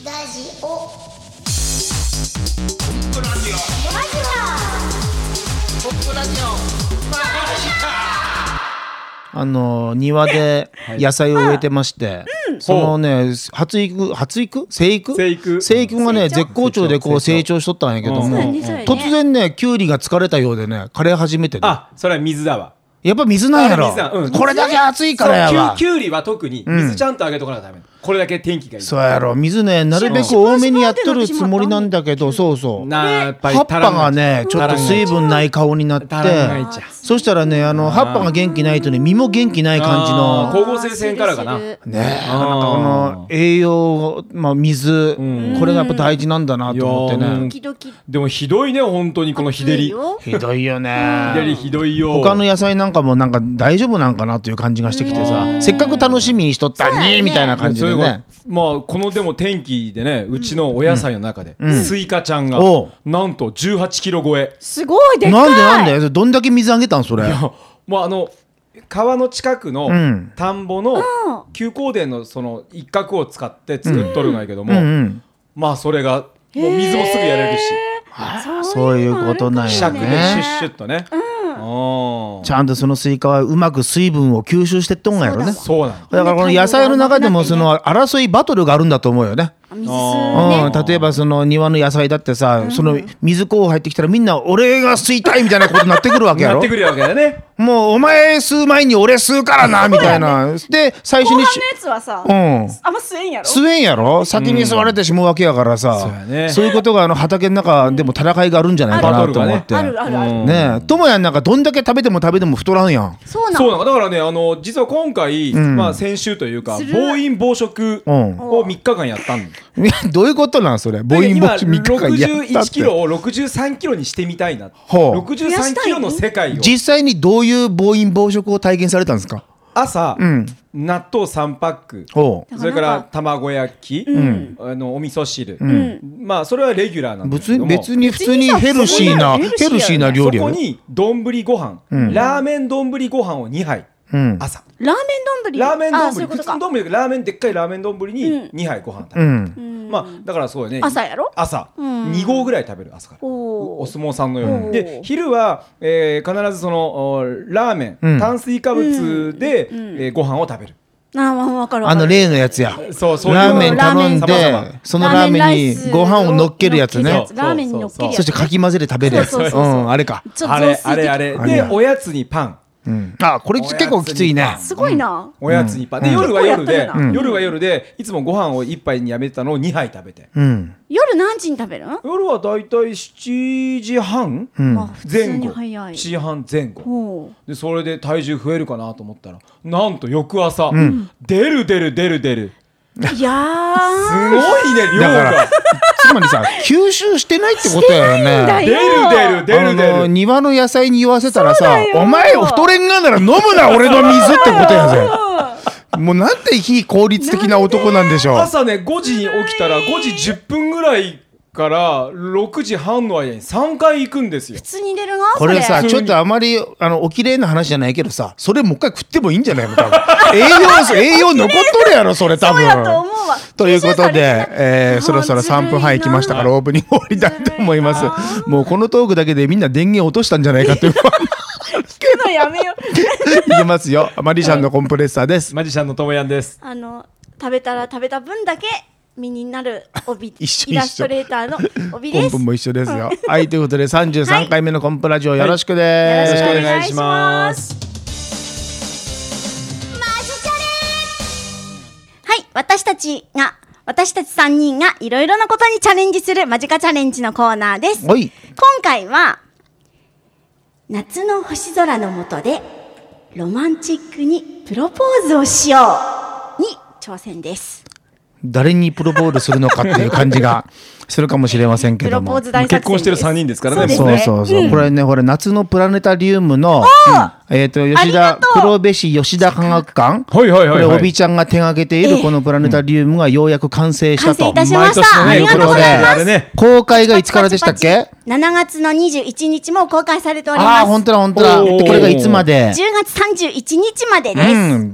ラジオポップラジオポップラジオ庭で野菜を植えてまして、そのね生育がね絶好調でこう成長しとったんやけども、突然ねキュウリが疲れたようでね枯れ始めてね。 あ、それは水だわ。 やっぱ水なんやろ、これだけ暑いからやわ。 キュウリは特に水ちゃんとあげとかなきゃダメ、これだけ天気がいい。 そうやろ、水ねなるべく多めにやっとるつもりなんだけど、そうそうやっぱり葉っぱがねちょっと水分ない顔になって、そしたらね葉っぱが元気ないとね実も元気ない感じの光合成線からかなね、なんかこの栄養、水、これがやっぱ大事なんだなと思ってね。 でもひどいね本当にこの日照りひどいよね。 ひどいよ。 他の野菜なんかもなんか大丈夫なんかなという感じがしてきてさ、せっかく楽しみにしとったのにみたいな感じでね。 まあこのでも天気でね、うちのお野菜の中でスイカちゃんがなんと18キロ超え。 すごいでかい。 なんでどんだけ水あげたんそれ。 もう川の近くの田んぼの休耕田のその一角を使って作っとるんやけども、まあそれがもう水もすぐやれるし、 そういうことなんやね。 希釈でシュッシュッとね、 ちゃんとそのスイカはうまく水分を吸収してっとんがやろね。 そうなんだからこの野菜の中でもその争いバトルがあるんだと思うよね。例えばその庭の野菜だってさ、その水こう入ってきたらみんな俺が吸いたいみたいなことになってくるわけやろ。 なってくるわけだね。 もうお前吸う前に俺吸うからなみたいな。で最初に後半のやつはさ、あんま吸えんやろ。 吸えんやろ、先に吸われてしまうわけやからさ、そういうことが畑の中でも戦いがあるんじゃないかなと思って。ねえ、ともやんなんかどんだけ食べても太らんやん。 そうなの。だからね実は今回まあ先週というか暴飲暴食を3日間やったんだ。 どういうことなんそれ。暴飲暴食3日間やったって。 61キロを63キロにしてみたいな。63キロの世界を。 実際にどういう暴飲暴食を体験されたんですか。 朝、納豆3パック、それから卵焼き、お味噌汁、まあそれはレギュラーなんですけども、 別に普通にヘルシーな料理や。 そこに丼ご飯、ラーメン丼ご飯を2杯、朝ラーメン丼、 普通の丼、ラーメンでっかいラーメン丼に2杯ご飯食べる。まあだからそうね、 朝やろ。 朝2合ぐらい食べる。朝からお相撲さんのように。で昼は必ずそのラーメン、炭水化物でご飯を食べる。 わかる。 例のやつや。ラーメン頼んでそのラーメンにご飯を乗っけるやつね。 ラーメンに乗っけるやつ。 そしてかき混ぜて食べるやつ。あれか。 あれでおやつにパン。 これ結構きついね。 すごいな。 おやつにパンで、夜は夜でいつもご飯を1杯にやめてたのを2杯食べて。 夜何時に食べるの？ 夜はだいたい7時半前後、7時半前後で、それで体重増えるかなと思ったら、なんと翌朝出る。 いやー、 すごいね量が。 つまりさ吸収してないってことやよね。 出る。 庭の野菜に言わせたらさ、お前太れんがなら飲むな俺の水ってことやぜ。もうなんて非効率的な男なんでしょう。 朝ね5時に起きたら5時10分ぐらいから6時半の間に3回行くんですよ。 普通に出るの？ これさちょっとあまりお綺麗な話じゃないけどさ、それもう一回食ってもいいんじゃないの多分。栄養残っとるやろそれ多分。 そうやと思うわ。 ということで、そろそろ3分半いきましたからオープニング終わりたいと思います。もうこのトークだけでみんな電源落としたんじゃないかという。 聞くのやめよ。 いきますよ。マジシャンのコンプレッサーです。 マジシャンのともやんです。 食べたら食べた分だけ身になる帯一緒イラストレーターの帯です。 コンプも一緒ですよ。はい、ということで33回目のコンプラジオよろしくです。 よろしくお願いします。 はい、私たち3人がいろいろなことにチャレンジするマジカチャレンジのコーナーです。今回は夏の星空の下でロマンチックにプロポーズをしように挑戦です。 誰にプロポーズするのかっていう感じがするかもしれませんけども、 結婚してる3人ですからね。 そう、これね、これ夏のプラネタリウムの吉田黒部市吉田科学館、これおびちゃんが手がけているこのプラネタリウムがようやく完成したと。 完成いたしました。ありがとうございます。 公開がいつからでしたっけ ？7月の21日も公開されております。 本当だ本当だ。これがいつまで？ 10月31日までです。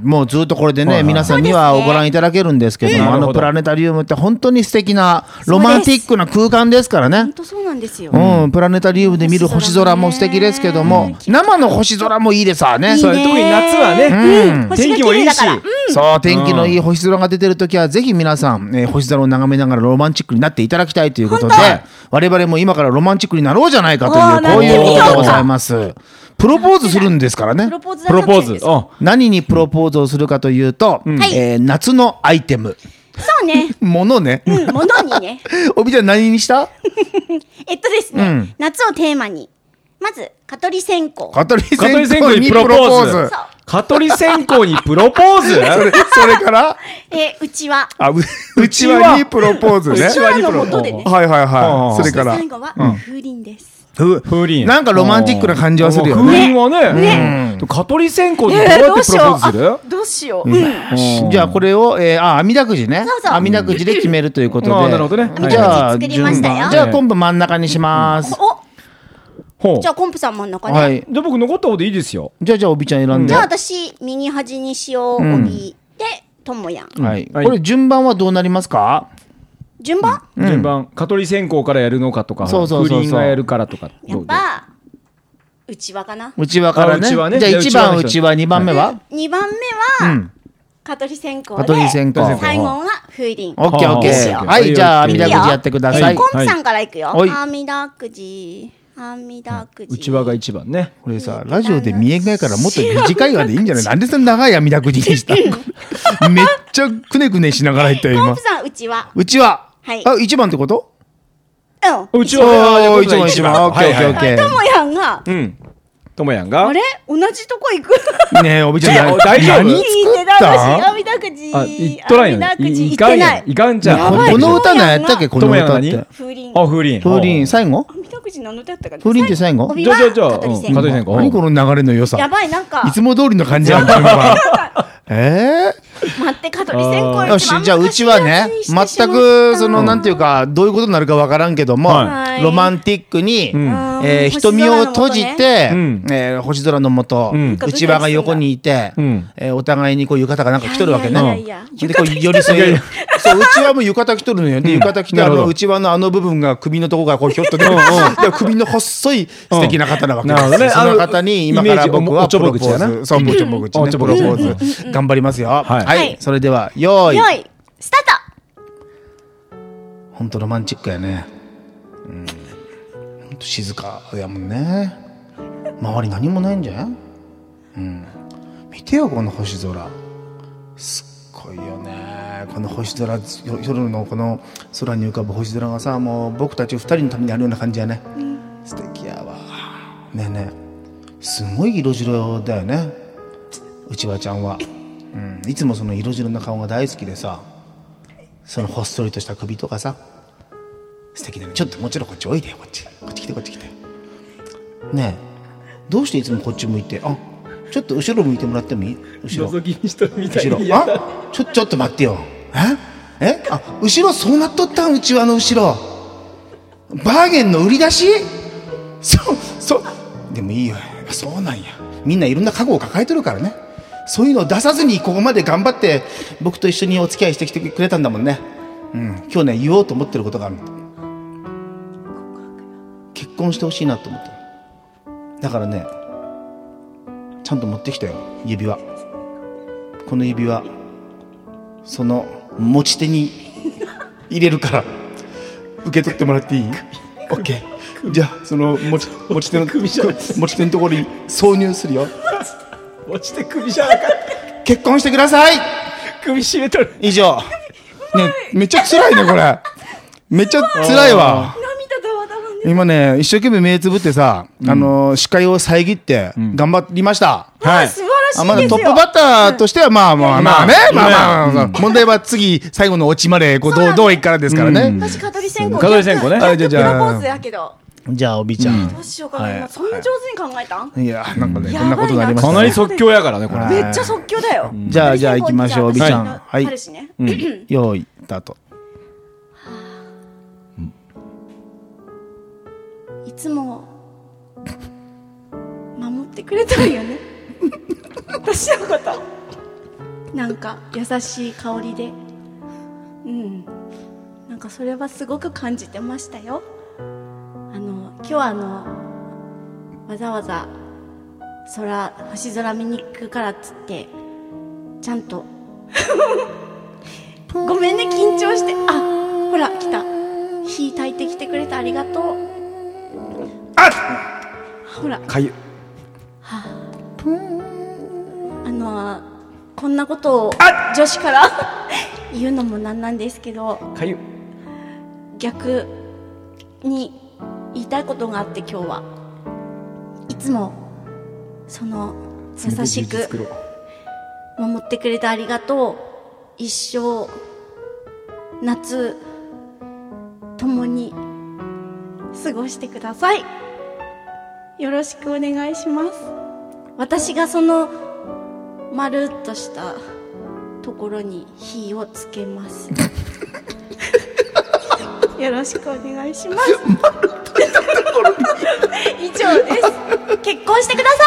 もうずっとこれでね、皆さんにはご覧いただけるんですけども、プラネタリウムって本当に素敵なロマンティックな空間ですからね。 本当そうなんですよ。 プラネタリウムで見る星空も素敵ですけども、生の星空もいいですわね。 特に夏はね、天気もいいし、 そう、天気のいい星空が出てるときはぜひ皆さん星空を眺めながらロマンチックになっていただきたいということで、我々も今からロマンチックになろうじゃないかというこういうことでございます。プロポーズするんですからね。 プロポーズ。 何にプロポーズをするかというと、夏のアイテム。 そうね。 ものね。 ものにね。 おびちゃん何にした？ ですね、夏をテーマにまず蚊取り線香。 蚊取り線香にプロポーズ。 蚊取り線香にプロポーズ。 それからうちわ。 うちわにプロポーズね。 うちわの元でね。 はい。それから最後は風鈴です。 風鈴。なんかロマンチックな感じはするよね。 風鈴はね。蚊取り線香にどうやってプロポーズする？ どうしよう。 じゃあこれを網だくじね。網だくじで決めるということで。 なるほどね。 じゃあコンプ真ん中にします。 じゃあコンプさん真ん中ね。 じゃあ僕残った方でいいですよ。 じゃあおびちゃん選んで。 じゃあ私右端にしよう。おびでともやん。 これ順番はどうなりますか？ 順番蚊取り線香からやるのかとか、風鈴がやるからとか。 やっぱうちわかな。 うちわからね。じゃあ1番うちわ、2番目は ？2番目は蚊取り線香で、最後が風鈴。 オッケー。はい、じゃあ網だくじやってください。 コンプさんからいくよ。網だくじ。 うちわが一番ね。 これさ、ラジオで見えないからもっと短いわでいいんじゃない？なんでそんな長い網だくじにした？めっちゃくねくねしながら言ったよ今。 コンプさんうちわ。 うちわ。1番ってこと？ うちわ 1番。オッケー。 ともやんが。 ともやんが。 あれ？同じとこ行く？ ねえ、おびちゃん大丈夫？ いいね、私網だくじ。 行っとらんよね。 行ってない。 いかんじゃん。この歌何やったっけ？この歌って。 風鈴。 風鈴最後？ 網だくじ何の歌やったか。 風鈴って最後？ じゃあ蚊取り線香。 何この流れの良さ。 やばい、なんかいつも通りの感じやん。 待って、蚊取り線香。 よし、じゃあうちはね、全くそのなんていうかどういうことになるかわからんけども、ロマンティックに瞳を閉じて星空の下、うちわが横にいて、お互いにこう浴衣がなんか着とるわけね。でこう寄り添える。そう、うちわも浴衣着とるのよ。で浴衣着てうちわの部分が首のとこがこうひょっと出る。首の細い素敵な方なわけです。その方に今から僕はプロポーズ。そう、おちょぼ口ね、プロポーズ頑張りますよ。はい、それでは用意スタート。本当ロマンチックやね。本当静かやもんね。周り何もないんじゃん。見てよこの星空。すっごいよね。この星空、夜のこの空に浮かぶ星空がさ、もう僕たち2人のためにあるような感じやね。素敵やわ。ねえねえ、すごい色白だよね、うちわちゃんは。いつもその色白な顔が大好きでさ、そのほっそりとした首とかさ、素敵だね。ちょっともちろんこっちおいでよ。こっち来てねえ、どうしていつもこっち向いて、ちょっと後ろ向いてもらってもいい？後ろ覗きにしたみたいに。 ちょっと待ってよ。後ろそうなっとったん？うちわの後ろバーゲンの売り出し？そうでもいいよ。そうなんや。みんないろんな過去を抱えとるからね。そういうのを出さずにここまで頑張って僕と一緒にお付き合いしてきてくれたんだもんね。今日ね、言おうと思ってることがある。結婚してほしいなと思ってる。だからね、ちゃんと持ってきたよ、指輪。この指輪、その持ち手に入れるから受け取ってもらっていい？ OK。 じゃあその持ち手のところに挿入するよ。 持ち手首じゃなかった。 結婚してください。 首絞めとる。 以上。ね、めっちゃ辛いねこれ。めっちゃ辛いわ。今ね、一生懸命目つぶってさ、視界を遮って頑張りました。 素晴らですよ。 まだトップバッターとしてはまあ問題は次最後のオチまでどういくからですからね。 私蚊取り線香ね。 プロポーズやけど。 じゃあおびちゃん。 どうしようかな。そんな上手に考えた？ いやなんかねこんなことになりました。 かなり即興やからねこれ。 めっちゃ即興だよ。 じゃあ行きましょうおびちゃん。はい。用意スタート。 いつも守ってくれたんよね。私のことなんか優しい香りで、なんかそれはすごく感じてましたよ。今日はわざわざ星空見に行くからっつってちゃんとごめんね緊張して。ほら来た。火焚いてきてくれてありがとう。ほらかゆ。 こんなことを女子から言うのもなんなんですけど、 かゆ。 逆に言いたいことがあって、今日はいつも優しく守ってくれてありがとう。一生夏共に過ごしてください。よろしくお願いします。私がまるっとしたところに火をつけますよろしくお願いします以上です。結婚してくださ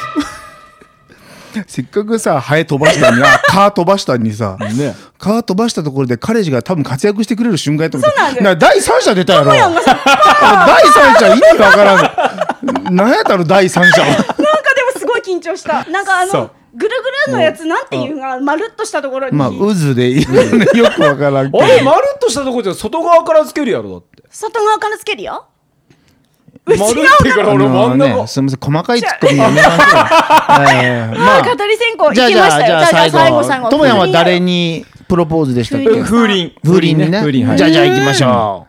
いせっかくさハエ飛ばしたのに蚊飛ばしたのにさ、蚊飛ばしたところで彼氏が多分活躍してくれる瞬間やと思って第三者出たやろ。第三者意味わからん。何やったの第三者は。なんかでもすごい緊張した。なんかぐるぐるのやつなんていうがまるっとしたところに渦でよくわからんけど。 あれまるっとしたところじゃ外側からつけるやろ。だって外側からつけるよ。 丸ってから俺真ん中。 すみません細かいツッコミやめましょう。 蚊取り線香行きましたよ。 じゃあ最後ともやんは誰にプロポーズでしたっけ？ 風鈴にね。じゃあ行きましょ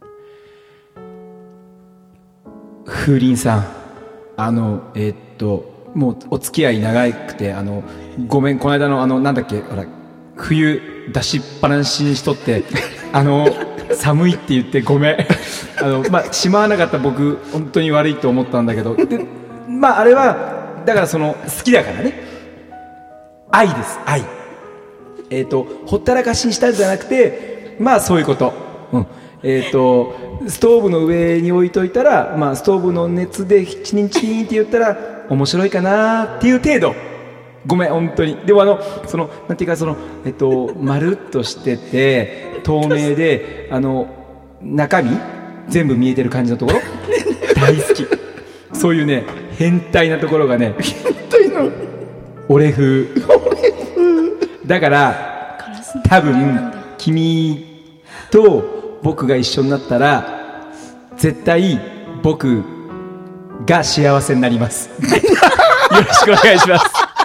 う。風鈴さんもうお付き合い長くてごめんこの間のなんだっけほら冬出しっぱなしにしとって寒いって言ってごめんしまわなかった僕本当に悪いと思ったんだけどであれはだから好きだからね。愛です愛。ほったらかしにしたんじゃなくてそういうこと。ストーブの上に置いといたらストーブの熱でチリンチリンって言ったら面白いかなっていう程度。ごめん本当に。でもなんていうかまるっとしてて透明で中身全部見えてる感じのところ大好き。そういうね変態なところがね変態な俺風だから多分君と僕が一緒になったら絶対僕が幸せになりますよろしくお願いします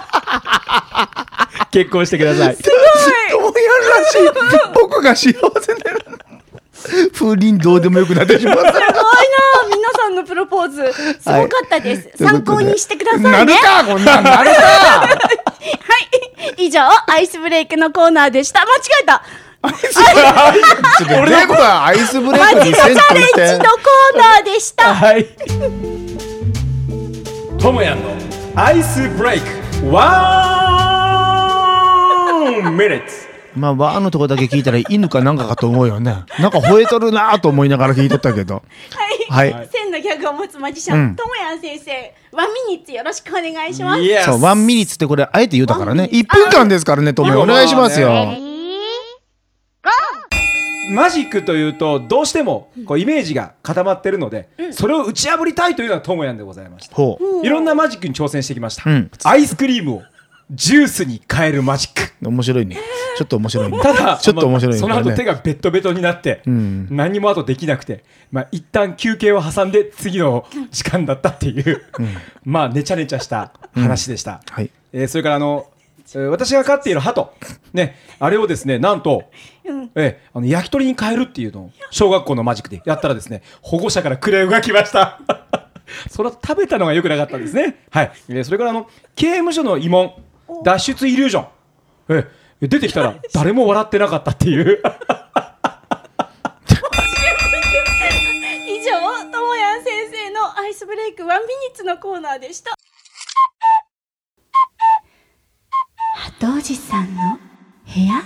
結婚してください。すごいどうやらしい僕が幸せになる風鈴どうでもよくなってしまった。すごいな皆さんのプロポーズすごかったです、参考にしてくださいね。 なるかこんなんなるかはい以上アイスブレイクのコーナーでした。間違えた俺の子はアイスブレイクにせんといて。マジカチャレンジのコーナーでした。 はいともやんのアイスブレイク1 minute。 ワーのとこだけ聞いたら犬かなんかと思うよね。なんか吠えとるなと思いながら聞いとったけどはい、1000のギャグを持つマジシャンともやん先生ワンミニッツよろしくお願いします。 そうワンミニッツってこれあえて言うたからね1分間ですからね。ともやんお願いしますよ。 マジックというとどうしてもこうイメージが固まってるので、それを打ち破りたいというのはともやんでございました。いろんなマジックに挑戦してきました、アイスクリームをジュースに変えるマジック。 面白いね。ちょっと面白いね。 ただちょっと面白いね。 その後手がベットベトになって、何も後できなくて、一旦休憩を挟んで次の時間だったっていう、ネチャネチャした話でした、それから私が飼っている鳩、ね、あれをですねなんと、焼き鳥に変えるっていうのを小学校のマジックでやったらですね保護者からクレームが来ましたそれは食べたのが良くなかったんですね。はい。それから刑務所の慰問脱出イリュージョン、出てきたら誰も笑ってなかったっていう以上、ともやん先生のアイスブレイク1ミニッツのコーナーでした。鳩おじさんの部屋。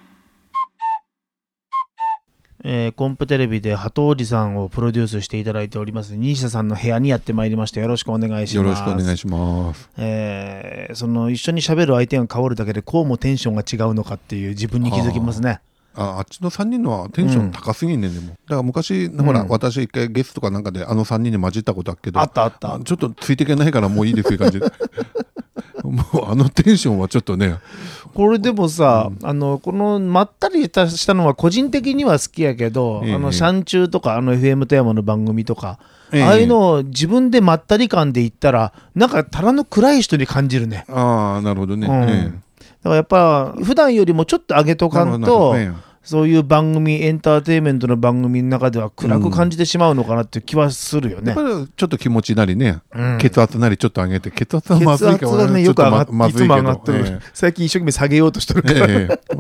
コンプテレビで鳩おじさんをプロデュースしていただいております西田さんの部屋にやってまいりました。よろしくお願いします。 よろしくお願いします。 その一緒に喋る相手が変わるだけでこうもテンションが違うのかっていう自分に気づきますね。 あっちの3人のはテンション高すぎんねんでも、だから昔、ほら私一回ゲストかなんかで3人に混じったことあるけど、 あったちょっとついていけないからもういいですいう感じでもうテンションはちょっとね。 これでもさ、このまったりしたのは個人的には好きやけど、シャンチューとかFM 富山の番組とか、ああいうのを自分でまったり感で言ったらなんかただの暗い人に感じるね。 ああ、なるほどね。 だからやっぱ普段よりもちょっと上げとかんと、そういう番組、エンターテインメントの番組の中では暗く感じてしまうのかなっていう気はするよね。 やっぱりちょっと気持ちなりね、血圧なりちょっと上げて、血圧はまずいから、 血圧はね、よく上がって、いつも上がってる。 最近一生懸命下げようとしてるから。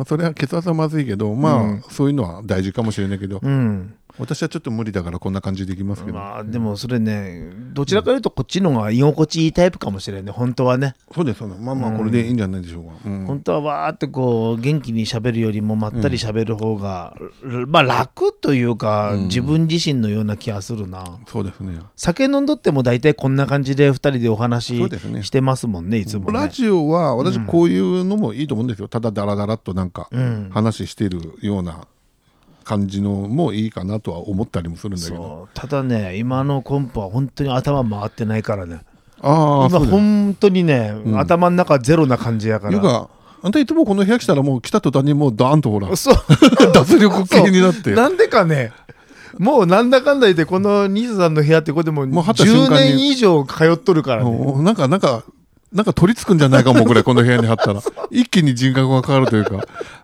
それは血圧はまずいけど、そういうのは大事かもしれないけど、私はちょっと無理だからこんな感じでいきますけど。 でもそれね、どちらかというとこっちの方が居心地いいタイプかもしれない、本当はね。 そうです、まあこれでいいんじゃないでしょうか。 本当はわーってこう元気に喋るよりもまったり喋る方が、楽というか、自分自身のような気がするな。 そうですね。 酒飲んどっても大体こんな感じで2人でお話してますもんね、いつもね。 ラジオは私こういうのもいいと思うんですよ。ただダラダラっとなんか話してるような感じのもいいかなとは思ったりもするんだけど、 ただね、今のコンプは本当に頭回ってないからね。 今本当にね、頭の中ゼロな感じやから。 いうか、あんたいつもこの部屋来たらもう来た途端にもうダーンとほら脱力系になってなんでかね、もうなんだかんだ言ってこの西さんの部屋ってこれでも10年以上通っとるからね。 なんか取り付くんじゃないかもぐらいこの部屋に貼ったら一気に人格が変わるというか、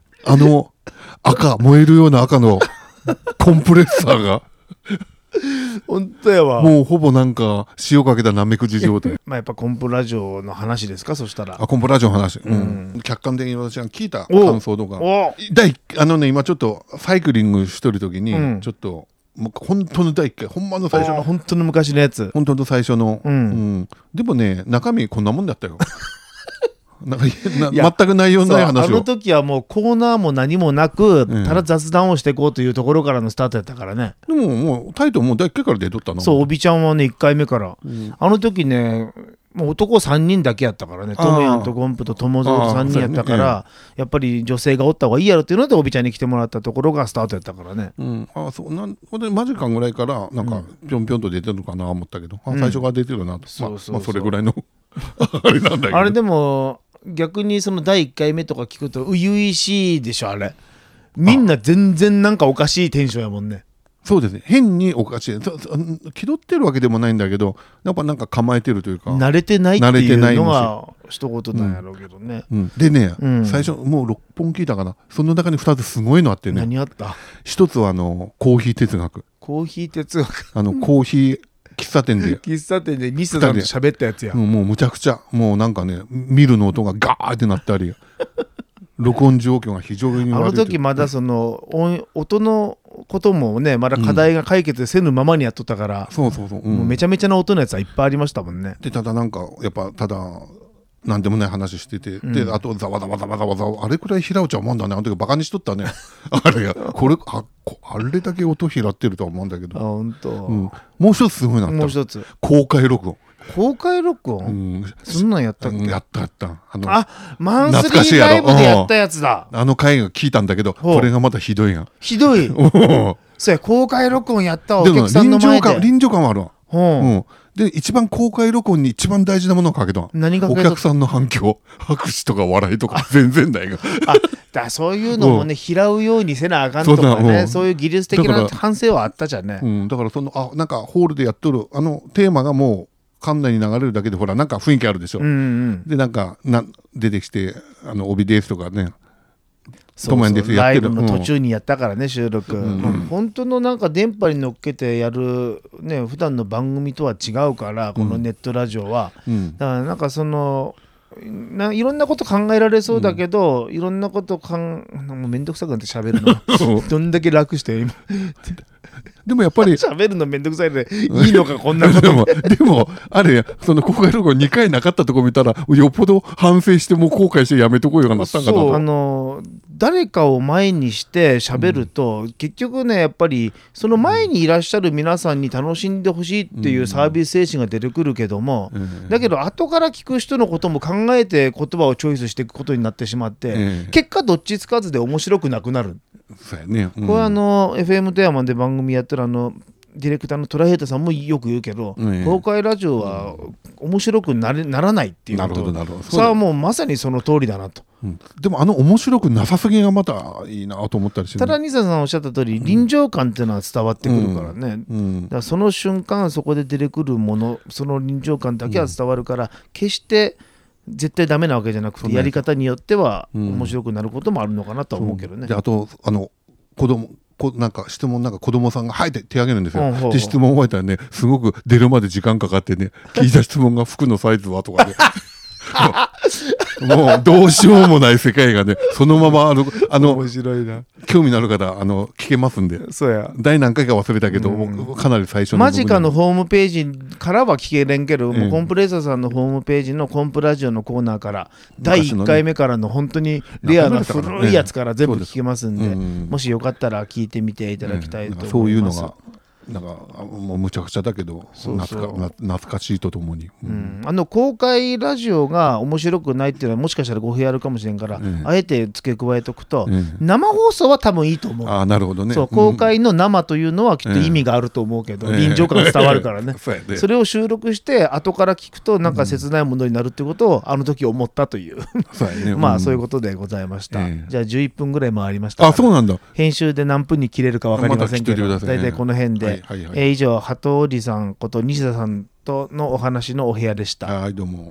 燃えるような赤のコンプレッサーが本当やわ。 もうほぼなんか塩かけたなめくじ状態やっぱコンプラジオの話ですか、そしたら。 コンプラジオの話、客観的に私が聞いた感想とか、今ちょっとサイクリングしとる時に、ちょっともう本当の第1回、本番の最初の、 本当の昔のやつ、 本当の最初の、でもね、中身こんなもんだったよなんか全く内容ない話を。 あの時はもうコーナーも何もなく、ただ雑談をしていこうというところからのスタートやったからね。 でももうタイトルもう第1回から出とったの。 そう、おびちゃんはね1回目から、あの時ねもう男3人だけやったからね、トムヤンとゴンプと友蔵と3人やったから、やっぱり女性がおった方がいいやろっていうのでおびちゃんに来てもらったところがスタートやったからね。 マジかぐらいからなんかぴょんぴょんと出てるのかな思ったけど、最初から出てるなと、それぐらいのあれなんだけど。 あれでも逆にその第1回目とか聞くと初々しいでしょ、あれ。みんな全然なんかおかしいテンションやもんね。 そうですね、変におかしい、気取ってるわけでもないんだけど、やっぱなんか構えてるというか、 慣れてないっていうのが一言なんやろうけどね。 でね、最初もう6本聞いたかな、その中に2つすごいのあってね。 何あった？ 一つはコーヒー哲学。 コーヒー哲学コーヒー喫茶店で西田さんと喋ったやつや。 もうむちゃくちゃ、もうなんかね、ミルの音がガーってなったり録音状況が非常に悪い。 あの時まだその音のこともね、まだ課題が解決せぬままにやっとったから、もうめちゃめちゃな音のやつはいっぱいありましたもんね。 でただなんかやっぱただなんでもない話してて、であとざわざわざわざわざわ、あれくらい平打ちは思うんだね、あの時バカにしとったねあれだけ音拾ってるとは思うんだけど。 本当。 もう一つすごいなった。 もう一つ公開録音。 公開録音、そんなんやったっけ？ やったマンスリーライブでやったやつだ。 あの回が聞いたんだけど、これがまたひどいや。 ひどいそうや、公開録音やったわ、お客さんの前で。 臨場感はあるわ。で一番公開録音に一番大事なものをかけた。 何がお客さんの反響、拍手とか笑いとか全然ないがそういうのもね、拾うようにせなあかんとかね、そういう技術的な反省はあったじゃんね。 だからなんかホールでやっとるテーマがもう館内に流れるだけでほらなんか雰囲気あるでしょ。でなんか出てきて帯ベースとかね、 ともやんですやってるライブの途中にやったからね、収録、本当のなんか電波に乗っけてやるね普段の番組とは違うから、このネットラジオは、だからなんかそのいろんなこと考えられそうだけど、いろんなこともうめんどくさくなって喋るのどんだけ楽して今でもやっぱり喋るのめんどくさいでいいのかこんなことでもあれその公開録音2回なかったとこ見たらよっぽど反省してもう後悔してやめとこうようになったんかな。 そう誰かを前にして喋ると、結局ねやっぱりその前にいらっしゃる皆さんに楽しんでほしいっていうサービス精神が出てくるけども、だけど後から聞く人のことも考えて言葉をチョイスしていくことになってしまって、結果どっちつかずで面白くなくなる。 そうやね、 これはFM 富山で番組やってるディレクターのトラヘイタさんもよく言うけど、公開ラジオは面白くならないっていうこと。なるほど。それはもうまさにその通りだなと。 でも面白くなさすぎがまたいいなと思ったりして、 ただ西田さんおっしゃった通り、臨場感っていうのは伝わってくるからね、だからその瞬間そこで出てくるもの、その臨場感だけは伝わるから、決して絶対ダメなわけじゃなくて、やり方によっては面白くなることもあるのかなとは思うけどね。 であと子供なんか質問なんか子供さんがはいって手挙げるんですよ。で質問終えたらねすごく出るまで時間かかってね、聞いた質問が服のサイズはとかでもうどうしようもない世界がねそのまま面白いな。 興味のある方聞けますんで。 そうや。 第何回か忘れたけど、もうかなり最初のマジカのホームページからは聞けれんけど、もうコンプレッサーさんのホームページのコンプラジオのコーナーから第1回目からの本当にレアな古いやつから全部聞けますんで、もしよかったら聞いてみていただきたいと思います。 そういうのがなんかもうむちゃくちゃだけど懐かしいとともに、 公開ラジオが面白くないっていうのはもしかしたら語弊あるかもしれんから、あえて付け加えておくと、生放送は多分いいと思う。 なるほどね。 そう公開の生というのはきっと意味があると思うけど、臨場感が伝わるからねそれを収録して後から聞くとなんか切ないものになるってことをあの時思ったというまあそういうことでございました。じゃあ11分ぐらい回りましたから。 そうなんだ。 編集で何分に切れるか分かりませんけど、大体この辺で以上鳩織さんこと西田さんとのお話のお部屋でした。 はい、どうも。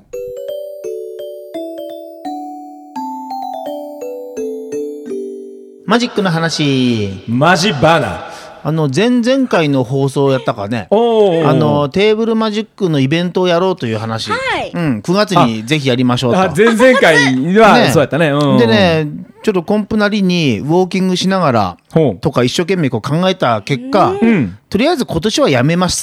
マジックの話、 マジバナ。 前々回の放送やったかね、テーブルマジックのイベントをやろうという話、9月にぜひやりましょうと。 前々回はそうやったね。 でねちょっとコンプなりにウォーキングしながらとか一生懸命考えた結果、とりあえず今年はやめます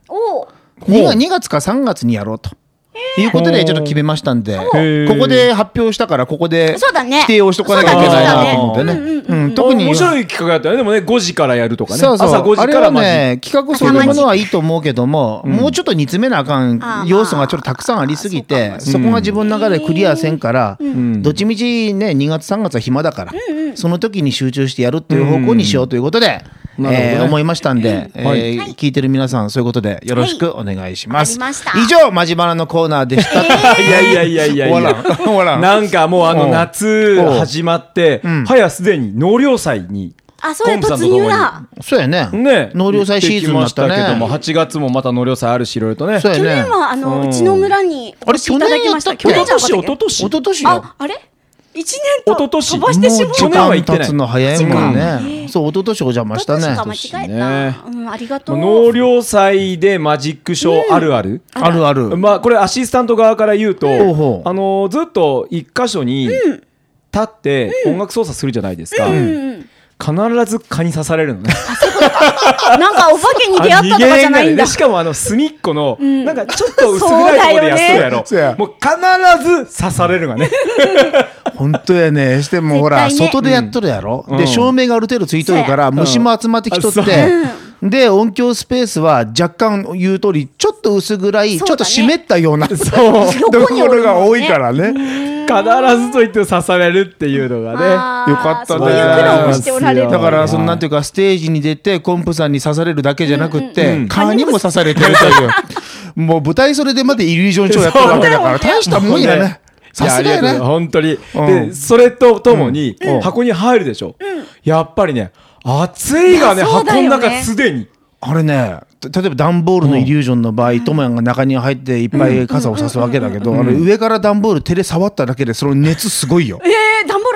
。2月か3月にやろうということでちょっと決めましたんで、ここで発表したからここで否定をしとかなきゃいけないなと思ってね。 特に面白い企画だったよね。でもね5時からやるとかね。 そうそう、 朝5時からあれはね企画そのものはいいと思うけども、もうちょっと煮詰めなあかん要素がちょっとたくさんありすぎて、そこが自分の中でクリアせんから、どっちみちね2月3月は暇だから、その時に集中してやるっていう方向にしようということで思いましたんで、聞いてる皆さんそういうことでよろしくお願いします。以上マジバナのコーナーでした。 いやなんかもう夏始まって早すでに納涼祭にそうや突入だ。 そうやね。納涼祭シーズンになったね。 8月もまた納涼祭あるしいろいろとね。 去年はうちの村にお越しいただきました。 去年じゃなかったっけ？一昨年よ。あれ1年と飛ばしてしまう。 去年は行ってない。経つの早いもんね。そう、一昨年お邪魔したね。 ありがとう。 納涼祭でマジックショーあるある。 あるある。 まあこれアシスタント側から言うと、ずっと一箇所に立って音楽操作するじゃないですか。必ず蚊に刺されるのね。 なんかお化けに出会ったとかじゃないんだ。 しかも隅っこのなんかちょっと薄暗いところでやっとるやろ。もう必ず刺されるがね。 本当やね。してもほら外でやっとるやろ。で照明がある程度ついとるから虫も集まってきとって。で音響スペースは若干言う通りちょっと薄暗い、ちょっと湿ったようなところが多いからね。 必ずと言って刺されるっていうのがね。 よかったね。だからそのなんていうかステージに出てコンプさんに刺されるだけじゃなくって蚊にも刺されてるというもう舞台袖でまでイリュージョンショーやってるわけだから大したもんやね。さすがやね。 本当に。でそれとともに箱に入るでしょ。やっぱりね暑いがね箱の中すでに。 あれね、例えば段ボールのイリュージョンの場合、ともやんが中に入っていっぱい傘を差すわけだけど、あれ上から段ボール手で触っただけでその熱すごいよ。 段ボール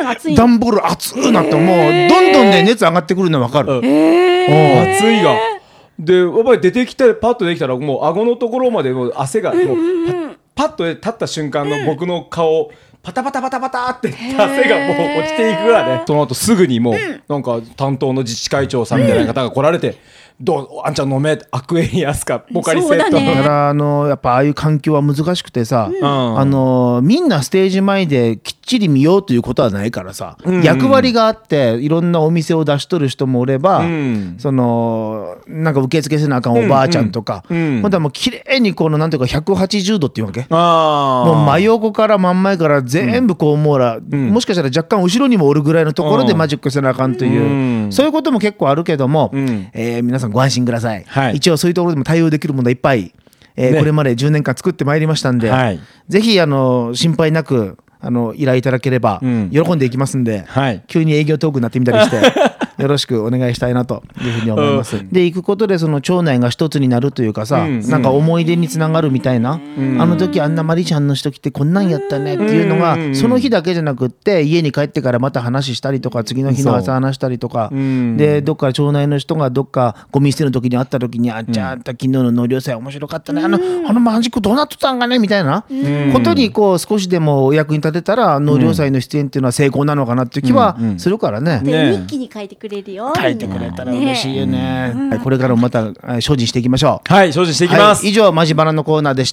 段ボール熱くなってもうどんどんね熱上がってくるの分かる。 熱いがでやっぱり出てきてパッとできたらもう顎のところまでもう汗がもうパッと立った瞬間の僕の顔パタパタパタパタって汗がもう落ちていくからね。その後すぐにもうなんか担当の自治会長さんみたいな方が来られて、どうあんちゃん飲めアクエリアスかポカリセット、 だからやっぱああいう環境は難しくてさ、みんなステージ前できっちり見ようということはないからさ、役割があっていろんなお店を出しとる人もおれば、そのなんか受付せなあかんおばあちゃんとか、ほんともう綺麗にこのなんていうか180度っていうわけ、もう真横から真ん前から全部こうもしかしたら若干後ろにもおるぐらいのところでマジックせなあかんという、そういうことも結構あるけども、皆さんご安心ください、一応そういうところでも対応できるものはいっぱい、これまで10年間作ってまいりましたんで、ぜひ心配なく依頼いただければ喜んでいきますんで、急に営業トークになってみたりしてよろしくお願いしたいなというふうに思います。で行くことでその町内が一つになるというかさ、なんか思い出につながるみたいな、あの時あんなマリちゃんの人来てこんなんやったねっていうのが、その日だけじゃなくって家に帰ってからまた話したりとか、次の日の朝話したりとかで、どっか町内の人がどっかゴミ捨ての時に会った時に、あんちゃん昨日の納涼祭面白かったね、あのマジックどうなっとったんかねみたいなことにこう少しでもお役に立てたら納涼祭の出演っていうのは成功なのかなっていう気はするからね。 日記に書いてくれるよ。 書いてくれたら嬉しいよね。これからもまた精進していきましょう。 はい、精進していきます。 以上マジバラのコーナーでした。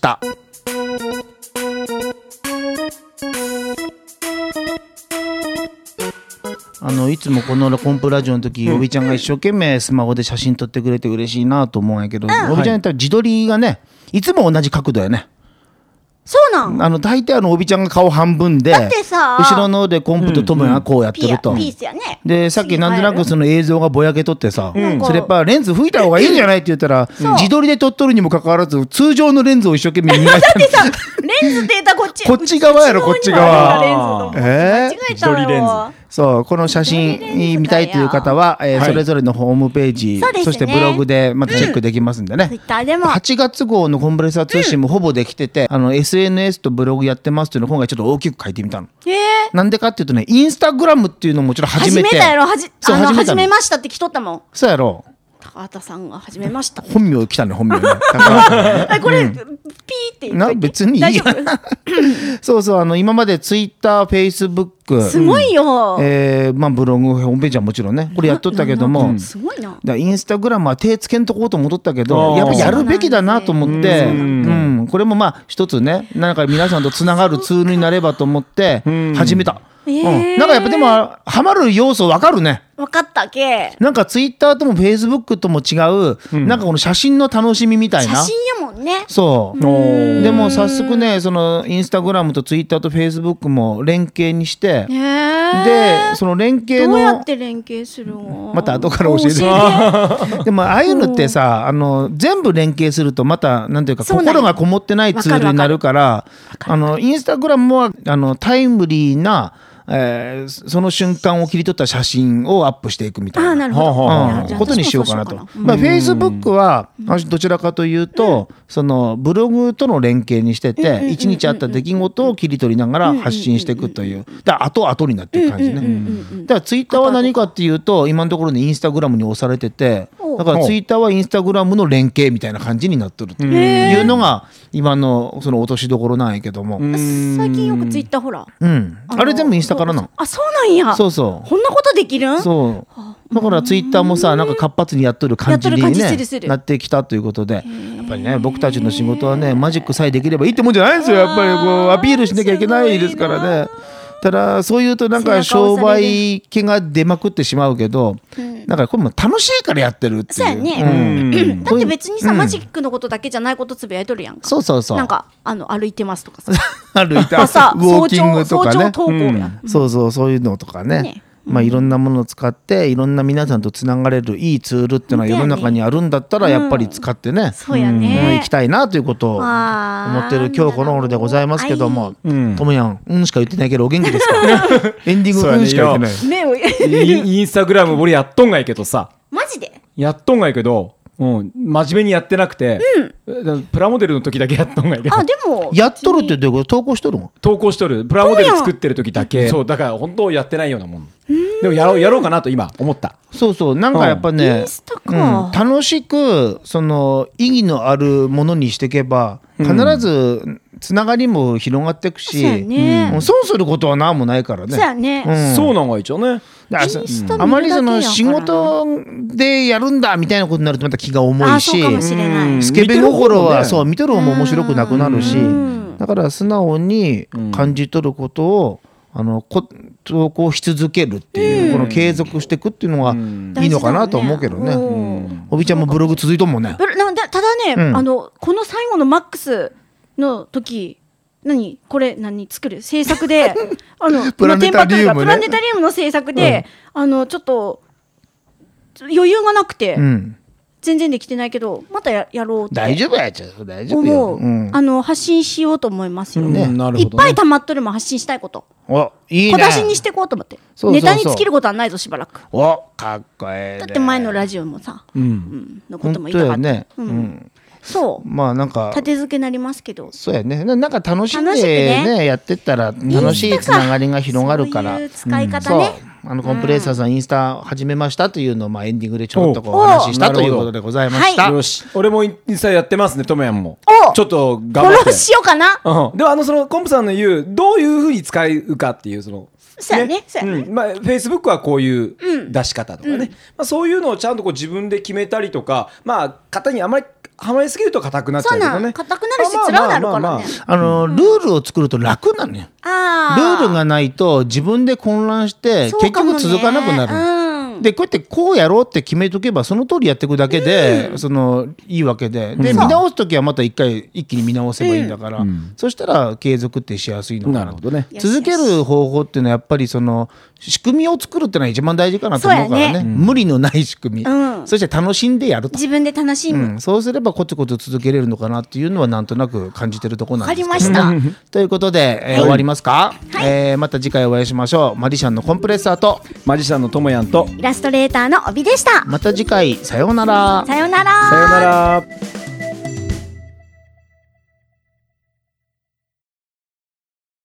いつもこのコンプラジオの時、おびちゃんが一生懸命スマホで写真撮ってくれて嬉しいなと思うんやけど、おびちゃんやったら自撮りがねいつも同じ角度やね。 そうなん。 大体おびちゃんが顔半分で、 だってさ、 後ろのでコンプとトムがこうやってると、 ピースやね。 でさっきなんとなくその映像がぼやけとってさ、それやっぱレンズ拭いた方がいいんじゃないって言ったら、自撮りで撮っとるにもかかわらず通常のレンズを一生懸命磨いてだってさ、レンズって言ったらこっち側やろ、こっち側。 間違えたよ。 そうこの写真見たいという方は、それぞれのホームページ、そしてブログでまたチェックできますんでね。8月号のコンプレッサー通信もほぼできてて、SNS とブログやってますっていうのを今回ちょっと大きく書いてみたの。なんでかっていうとね、インスタグラムっていうのもちろん始めて、 始めたやろ、始めましたって来とったもん。 そうやろ、 高畑さんが始めました。 本名来たね、本名ね。 これ、ピーって言っといて。 別にいいや。そうそう、今までツイッター、フェイスブック、 すごいよ。 ブログ、ホームページはもちろんね、これやっとったけども、 すごいな。 インスタグラムは手つけんとこうと思っとったけど、やっぱやるべきだなと思って、これもまあ一つね、なんか皆さんとつながるツールになればと思って始めた。なんかやっぱでもハマる要素分かるね。 分かったけ。 なんかツイッターともフェイスブックとも違う、なんかこの写真の楽しみみたいな。 写真やもんね。 そうでも早速ね、そのインスタグラムとツイッターとフェイスブックも連携にして、でその連携のどうやって連携するの、 また後から教えて。でもああいうのってさ、全部連携するとまたなんていうか心がこもってないツールになるから、インスタグラムはタイムリーなその瞬間を切り取った写真をアップしていくみたいなことにしようかなと。フェイスブックはどちらかというと、そのブログとの連携にしてて、一日あった出来事を切り取りながら発信していくという、だから後々になっていく感じね。だからツイッターは何かっていうと、今のところにインスタグラムに押されてて、だからツイッターはインスタグラムの連携みたいな感じになってるというのが今のその落としどころなんやけども、 最近よくツイッターほら、 あれ全部インスタからな。 あ、そうなんや。 そうそう。 こんなことできるん？ そう。だからツイッターもさ、なんか活発にやっとる感じにねなってきたということで、やっぱりね、僕たちの仕事はね、マジックさえできればいいってもんじゃないんですよ。やっぱりこうアピールしなきゃいけないですからね。ただそういうとなんか商売気が出まくってしまうけど、だからこれも楽しいからやってるっていう。 そうやね。だって別にさ、マジックのことだけじゃないことつぶやいとるやんか。 そうそうそう。 なんか歩いてますとかさ。 歩いてます。ウォーキングとかね。 早朝投稿や。 そうそう、そういうのとかね。まあいろんなものを使っていろんな皆さんとつながれるいいツールっていうのは世の中にあるんだったらやっぱり使ってね、 そうやね、 行きたいなということを思ってる今日この頃でございますけども、ともやんしか言ってないけどお元気ですか？エンディングしか言ってない。 インスタグラム俺やっとんがいけどさ。 マジで？ やっとんがいけど真面目にやってなくて、プラモデルの時だけやったんがいいけど。 でもやっとるってどういうこと？投稿しとるもん。 投稿しとる。プラモデル作ってる時だけ。そうだから本当やってないようなもん。でもやろうかなと今思った。 そうそうなんかやっぱね、 インスタか、 楽しくその意義のあるものにしていけば必ずつながりも広がっていくし、 そうやね、 損することは何もないからね。 そうやね、 そうなんが一応ね。 あまりその仕事でやるんだみたいなことになるとまた気が重いし、 そうかもしれない。 スケベ心はそう見とる方も面白くなくなるし、だから素直に感じ取ることを投稿し続けるっていう、この継続していくっていうのがいいのかなと思うけどね。おびちゃんもブログ続いとんもんね。 ただね、この最後のマックスの時これ作る制作でプラネタリウムね、 プラネタリウムの制作で、ちょっと余裕がなくて、全然できてないけどまたやろうって大丈夫やっちゃう大丈夫よ、 発信しようと思いますよ、 ね、 いっぱい溜まっとるも発信したいこと、 いいね、 小出しにしていこうと思って。ネタに尽きることはないぞしばらく。 かっこええ。 だって前のラジオもさ、のことも言いたかったね。そうまあなんか立て付けなりますけど、 そうやね、なんか楽しんでねやってったら楽しいつながりが広がるから、 そういう使い方ね。 コンプレッサーさんインスタ始めましたというのをエンディングでちょっとお話ししたということでございました。 よし、俺もインスタやってますね、ともやんも。ちょっと頑張って。 フォローしようかな。 ではそのコンプさんの言うどういうふうに使うかっていうそうやね。 フェイスブックはこういう出し方とかね、そういうのをちゃんと自分で決めたりとか、型にあまりはまりすぎると硬くなっちゃうとかね。 硬くなるし辛くなるからね。 ルールを作ると楽なのよ。ルールがないと自分で混乱して結局続かなくなる。でこうやってこうやろうって決めとけばその通りやっていくだけで、いいわけで、見直す時はまた一気に見直せばいいんだから、そしたら継続ってしやすいのかな。続ける方法っていうのはやっぱり仕組みを作るっていうのは一番大事かなと思うからね。無理のない仕組み、そして楽しんでやると、 自分で楽しむ、 そうすればコツコツ続けれるのかなっていうのはなんとなく感じてるところなんですけど。 わかりました。 ということで、終わりますか。また次回お会いしましょう。マジシャンのコンプレッサーとマジシャンのともやんとイラストレーターの帯でした。 また次回、さようなら。 さようなら。 さようなら。